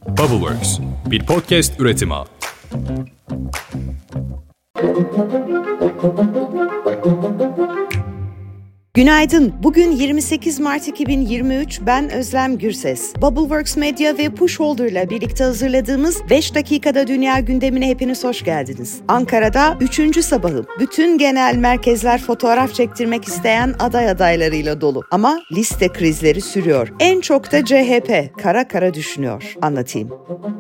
Bubbleworks, bir podcast üretimi. Günaydın. Bugün 28 Mart 2023. Ben Özlem Gürses. Bubbleworks Medya ve Pushholder ile birlikte hazırladığımız 5 dakikada dünya gündemine hepiniz hoş geldiniz. Ankara'da 3. sabahı. Bütün genel merkezler fotoğraf çektirmek isteyen aday adaylarıyla dolu. Ama liste krizleri sürüyor. En çok da CHP kara kara düşünüyor. Anlatayım.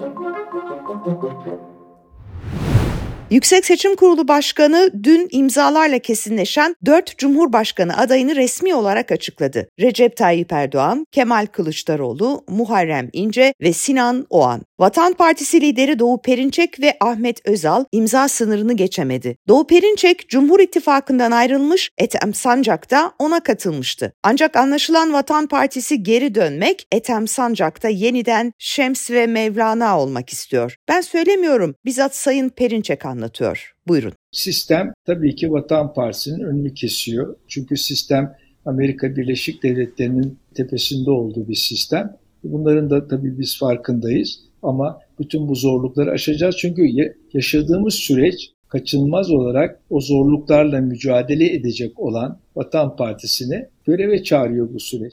Yüksek Seçim Kurulu Başkanı dün imzalarla kesinleşen 4 Cumhurbaşkanı adayını resmi olarak açıkladı. Recep Tayyip Erdoğan, Kemal Kılıçdaroğlu, Muharrem İnce ve Sinan Oğan. Vatan Partisi lideri Doğu Perinçek ve Ahmet Özal imza sınırını geçemedi. Doğu Perinçek, Cumhur İttifakı'ndan ayrılmış, Ethem Sancak da ona katılmıştı. Ancak anlaşılan Vatan Partisi geri dönmek, Ethem Sancak'ta yeniden Şems ve Mevlana olmak istiyor. Ben söylemiyorum, bizzat Sayın Perinçek anlatıyor. Buyurun. Sistem tabii ki Vatan Partisi'nin önünü kesiyor. Çünkü sistem Amerika Birleşik Devletleri'nin tepesinde olduğu bir sistem. Bunların da tabii biz farkındayız ama bütün bu zorlukları aşacağız. Çünkü yaşadığımız süreç kaçınılmaz olarak o zorluklarla mücadele edecek olan Vatan Partisi'ni göreve çağırıyor bu süreç.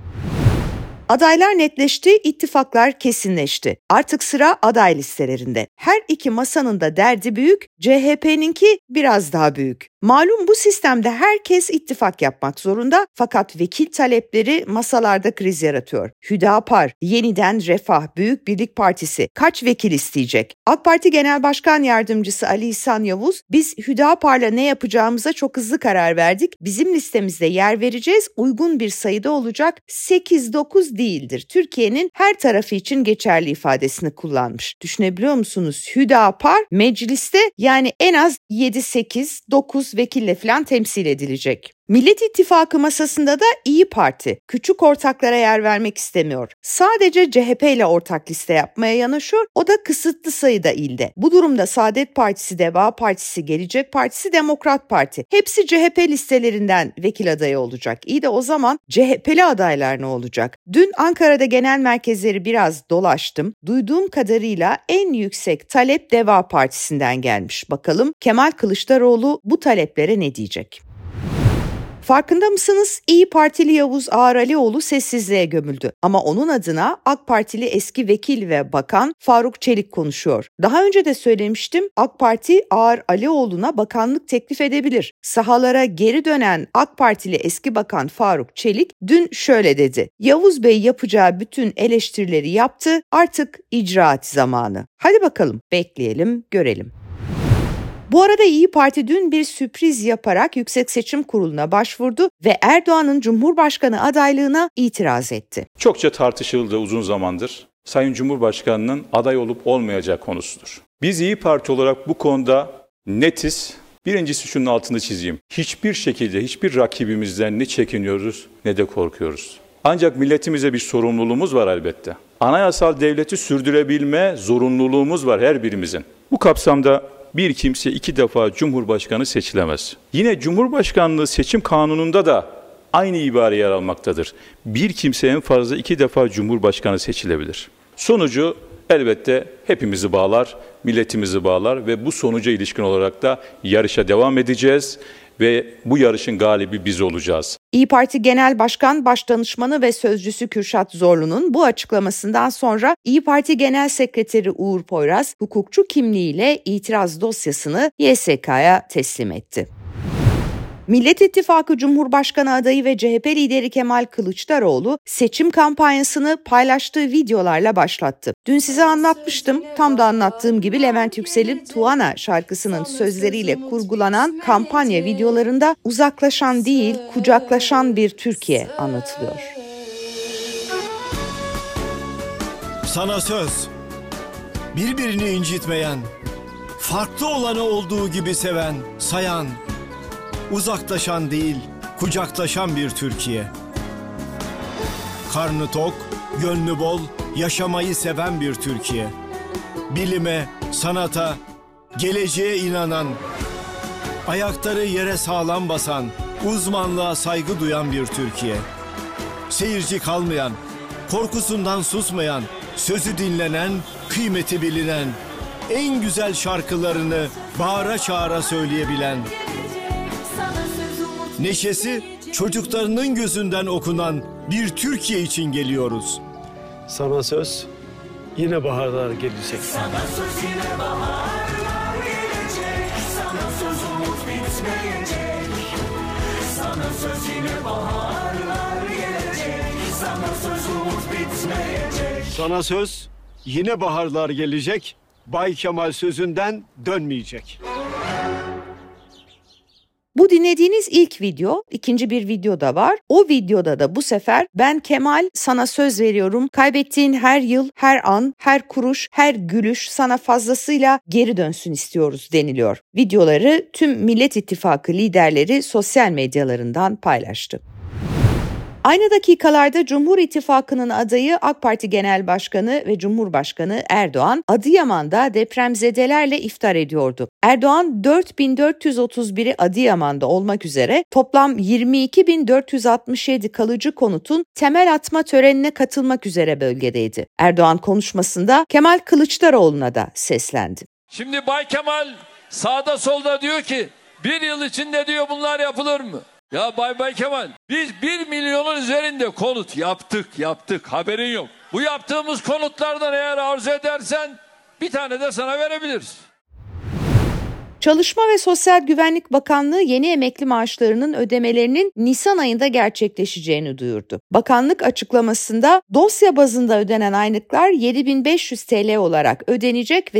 Adaylar netleşti, ittifaklar kesinleşti. Artık sıra aday listelerinde. Her iki masanın da derdi büyük, CHP'ninki biraz daha büyük. Malum bu sistemde herkes ittifak yapmak zorunda fakat vekil talepleri masalarda kriz yaratıyor. Hüdapar, Yeniden Refah, Büyük Birlik Partisi kaç vekil isteyecek? AK Parti Genel Başkan Yardımcısı Ali İhsan Yavuz, biz Hüdapar'la ne yapacağımıza çok hızlı karar verdik. Bizim listemizde yer vereceğiz, uygun bir sayıda olacak, 8-9 değildir. Türkiye'nin her tarafı için geçerli ifadesini kullanmış. Düşünebiliyor musunuz? Hüdapar mecliste yani en az 7-8-9 vekille falan temsil edilecek. Millet İttifakı masasında da İyi Parti küçük ortaklara yer vermek istemiyor. Sadece CHP ile ortak liste yapmaya yanaşıyor. O da kısıtlı sayıda ilde. Bu durumda Saadet Partisi, Deva Partisi, Gelecek Partisi, Demokrat Parti hepsi CHP listelerinden vekil adayı olacak. İyi de o zaman CHP'li adaylar ne olacak? Dün Ankara'da genel merkezleri biraz dolaştım. Duyduğum kadarıyla en yüksek talep Deva Partisi'nden gelmiş. Bakalım Kemal Kılıçdaroğlu bu taleplere ne diyecek? Farkında mısınız? İyi Partili Yavuz Ağaralioğlu sessizliğe gömüldü. Ama onun adına AK Partili eski vekil ve bakan Faruk Çelik konuşuyor. Daha önce de söylemiştim, AK Parti Ağaralioğlu'na bakanlık teklif edebilir. Sahalara geri dönen AK Partili eski bakan Faruk Çelik dün şöyle dedi. Yavuz Bey yapacağı bütün eleştirileri yaptı, artık icraat zamanı. Hadi bakalım, bekleyelim, görelim. Bu arada İyi Parti dün bir sürpriz yaparak Yüksek Seçim Kurulu'na başvurdu ve Erdoğan'ın Cumhurbaşkanı adaylığına itiraz etti. Çokça tartışıldı uzun zamandır. Sayın Cumhurbaşkanı'nın aday olup olmayacağı konusudur. Biz İyi Parti olarak bu konuda netiz. Birincisi şunun altını çizeyim. Hiçbir şekilde hiçbir rakibimizden ne çekiniyoruz ne de korkuyoruz. Ancak milletimize bir sorumluluğumuz var elbette. Anayasal devleti sürdürebilme zorunluluğumuz var her birimizin. Bu kapsamda bir kimse 2 defa Cumhurbaşkanı seçilemez. Yine Cumhurbaşkanlığı seçim kanununda da aynı ibare yer almaktadır. Bir kimse en fazla 2 defa Cumhurbaşkanı seçilebilir. Sonucu elbette hepimizi bağlar, milletimizi bağlar ve bu sonuca ilişkin olarak da yarışa devam edeceğiz ve bu yarışın galibi biz olacağız. İyi Parti Genel Başkan Başdanışmanı ve Sözcüsü Kürşat Zorlu'nun bu açıklamasından sonra İyi Parti Genel Sekreteri Uğur Poyraz hukukçu kimliğiyle itiraz dosyasını YSK'ya teslim etti. Millet İttifakı Cumhurbaşkanı adayı ve CHP lideri Kemal Kılıçdaroğlu seçim kampanyasını paylaştığı videolarla başlattı. Dün size anlatmıştım, tam da anlattığım gibi Levent Yüksel'in Tuana şarkısının sözleriyle kurgulanan kampanya videolarında uzaklaşan değil, kucaklaşan bir Türkiye anlatılıyor. Sana söz, birbirini incitmeyen, farklı olanı olduğu gibi seven, sayan, uzaklaşan değil, kucaklaşan bir Türkiye. Karnı tok, gönlü bol, yaşamayı seven bir Türkiye. Bilime, sanata, geleceğe inanan, ayakları yere sağlam basan, uzmanlığa saygı duyan bir Türkiye. Seyirci kalmayan, korkusundan susmayan, sözü dinlenen, kıymeti bilinen, en güzel şarkılarını bağıra çağıra söyleyebilen, neşesi çocuklarının gözünden okunan bir Türkiye için geliyoruz. Sana söz, yine baharlar gelecek. Sana söz, yine baharlar gelecek. Sana söz, umut bitmeyecek. Sana söz, yine baharlar gelecek. Sana söz, umut bitmeyecek. Sana söz, yine baharlar gelecek. Bay Kemal sözünden dönmeyecek. Bu dinlediğiniz ilk video, ikinci bir video da var. O videoda da bu sefer ben Kemal sana söz veriyorum. Kaybettiğin her yıl, her an, her kuruş, her gülüş sana fazlasıyla geri dönsün istiyoruz deniliyor. Videoları tüm Millet İttifakı liderleri sosyal medyalarından paylaştı. Aynı dakikalarda Cumhur İttifakı'nın adayı AK Parti Genel Başkanı ve Cumhurbaşkanı Erdoğan, Adıyaman'da depremzedelerle iftar ediyordu. Erdoğan 4.431'i Adıyaman'da olmak üzere toplam 22.467 kalıcı konutun temel atma törenine katılmak üzere bölgedeydi. Erdoğan konuşmasında Kemal Kılıçdaroğlu'na da seslendi. Şimdi Bay Kemal sağda solda diyor ki bir yıl içinde diyor bunlar yapılır mı? Ya Bay Kemal, biz 1 milyonun üzerinde konut yaptık haberin yok. Bu yaptığımız konutlardan eğer arzu edersen bir tane de sana verebiliriz. Çalışma ve Sosyal Güvenlik Bakanlığı yeni emekli maaşlarının ödemelerinin Nisan ayında gerçekleşeceğini duyurdu. Bakanlık açıklamasında dosya bazında ödenen aylıklar 7.500 TL olarak ödenecek ve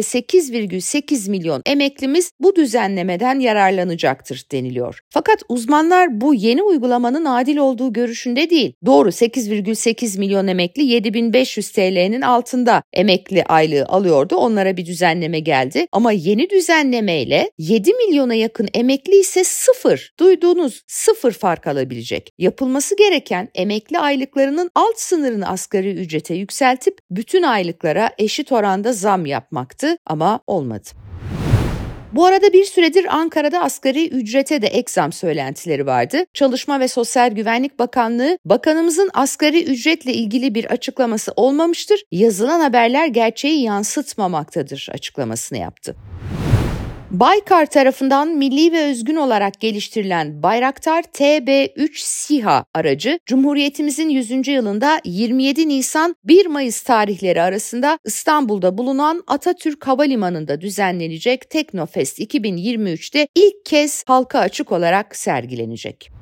8,8 milyon emeklimiz bu düzenlemeden yararlanacaktır deniliyor. Fakat uzmanlar bu yeni uygulamanın adil olduğu görüşünde değil. Doğru 8,8 milyon emekli 7.500 TL'nin altında emekli aylığı alıyordu. Onlara bir düzenleme geldi ama yeni düzenlemeyle 7 milyona yakın emekli ise sıfır, duyduğunuz sıfır fark alabilecek. Yapılması gereken emekli aylıklarının alt sınırını asgari ücrete yükseltip bütün aylıklara eşit oranda zam yapmaktı ama olmadı. Bu arada bir süredir Ankara'da asgari ücrete de ek zam söylentileri vardı. Çalışma ve Sosyal Güvenlik Bakanlığı, bakanımızın asgari ücretle ilgili bir açıklaması olmamıştır, yazılan haberler gerçeği yansıtmamaktadır açıklamasını yaptı. Baykar tarafından milli ve özgün olarak geliştirilen Bayraktar TB3 SİHA aracı, Cumhuriyetimizin 100. yılında 27 Nisan 1 Mayıs tarihleri arasında İstanbul'da bulunan Atatürk Havalimanı'nda düzenlenecek Teknofest 2023'te ilk kez halka açık olarak sergilenecek.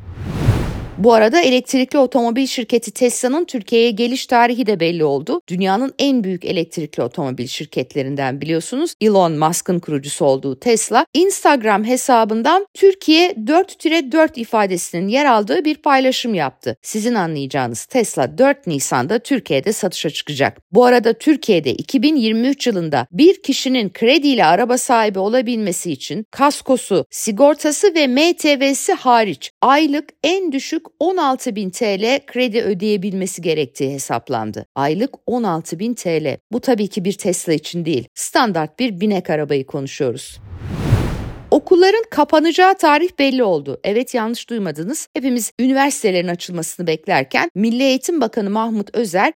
Bu arada elektrikli otomobil şirketi Tesla'nın Türkiye'ye geliş tarihi de belli oldu. Dünyanın en büyük elektrikli otomobil şirketlerinden biliyorsunuz. Elon Musk'ın kurucusu olduğu Tesla, Instagram hesabından Türkiye 4-4 ifadesinin yer aldığı bir paylaşım yaptı. Sizin anlayacağınız Tesla 4 Nisan'da Türkiye'de satışa çıkacak. Bu arada Türkiye'de 2023 yılında bir kişinin krediyle araba sahibi olabilmesi için kaskosu, sigortası ve MTV'si hariç aylık en düşük 16.000 TL kredi ödeyebilmesi gerektiği hesaplandı. Aylık 16.000 TL. Bu tabii ki bir Tesla için değil. Standart bir binek arabayı konuşuyoruz. Okulların kapanacağı tarih belli oldu. Evet, yanlış duymadınız. Hepimiz üniversitelerin açılmasını beklerken Milli Eğitim Bakanı Mahmut Özer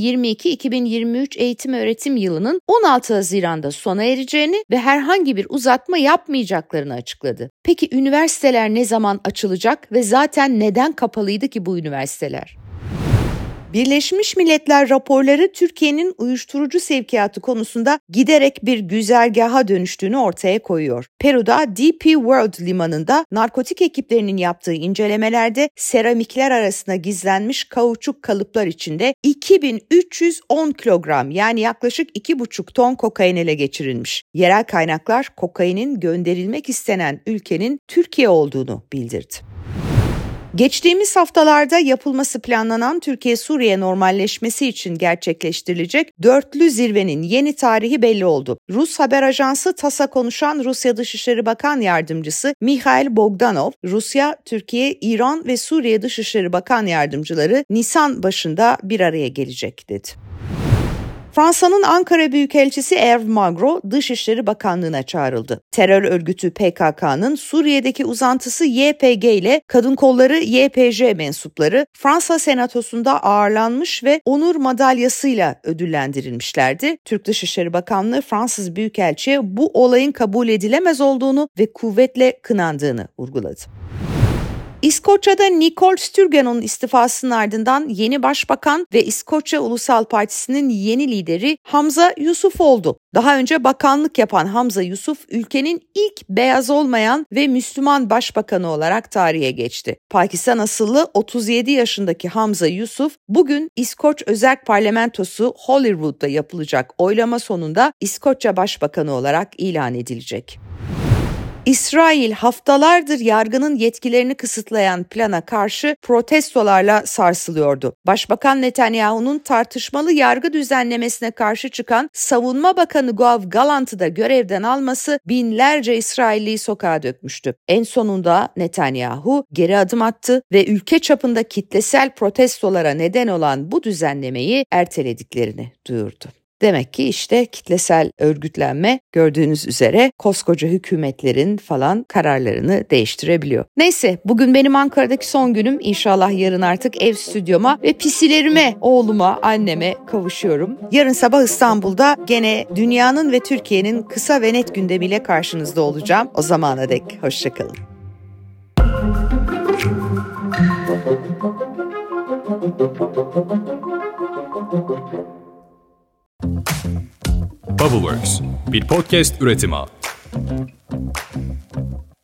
2022-2023 eğitim öğretim yılının 16 Haziran'da sona ereceğini ve herhangi bir uzatma yapmayacaklarını açıkladı. Peki üniversiteler ne zaman açılacak ve zaten neden kapalıydı ki bu üniversiteler? Birleşmiş Milletler raporları Türkiye'nin uyuşturucu sevkiyatı konusunda giderek bir güzergaha dönüştüğünü ortaya koyuyor. Peru'da DP World limanında narkotik ekiplerinin yaptığı incelemelerde seramikler arasında gizlenmiş kauçuk kalıplar içinde 2310 kilogram yani yaklaşık 2,5 ton kokain ele geçirilmiş. Yerel kaynaklar kokainin gönderilmek istenen ülkenin Türkiye olduğunu bildirdi. Geçtiğimiz haftalarda yapılması planlanan Türkiye-Suriye normalleşmesi için gerçekleştirilecek dörtlü zirvenin yeni tarihi belli oldu. Rus haber ajansı TASS'a konuşan Rusya Dışişleri Bakan Yardımcısı Mikhail Bogdanov, Rusya, Türkiye, İran ve Suriye Dışişleri Bakan Yardımcıları Nisan başında bir araya gelecek dedi. Fransa'nın Ankara Büyükelçisi Hervé Magro, Dışişleri Bakanlığı'na çağrıldı. Terör örgütü PKK'nın Suriye'deki uzantısı YPG ile kadın kolları YPJ mensupları Fransa Senatosu'nda ağırlanmış ve onur madalyasıyla ödüllendirilmişlerdi. Türk Dışişleri Bakanlığı Fransız Büyükelçi'ye bu olayın kabul edilemez olduğunu ve kuvvetle kınandığını vurguladı. İskoçya'da Nicola Sturgeon'un istifasının ardından yeni başbakan ve İskoçya Ulusal Partisi'nin yeni lideri Hamza Yusuf oldu. Daha önce bakanlık yapan Hamza Yusuf, ülkenin ilk beyaz olmayan ve Müslüman başbakanı olarak tarihe geçti. Pakistan asıllı 37 yaşındaki Hamza Yusuf, bugün İskoç Özerk Parlamentosu Holyrood'da yapılacak oylama sonunda İskoçya Başbakanı olarak ilan edilecek. İsrail haftalardır yargının yetkilerini kısıtlayan plana karşı protestolarla sarsılıyordu. Başbakan Netanyahu'nun tartışmalı yargı düzenlemesine karşı çıkan Savunma Bakanı Yoav Gallant'ı da görevden alması binlerce İsrailliyi sokağa dökmüştü. En sonunda Netanyahu geri adım attı ve ülke çapında kitlesel protestolara neden olan bu düzenlemeyi ertelediklerini duyurdu. Demek ki işte kitlesel örgütlenme gördüğünüz üzere koskoca hükümetlerin falan kararlarını değiştirebiliyor. Neyse, bugün benim Ankara'daki son günüm. İnşallah yarın artık ev stüdyoma ve pisilerime, oğluma, anneme kavuşuyorum. Yarın sabah İstanbul'da gene dünyanın ve Türkiye'nin kısa ve net gündemiyle karşınızda olacağım. O zamana dek hoşçakalın. Bubbleworks, bir podcast üretimi.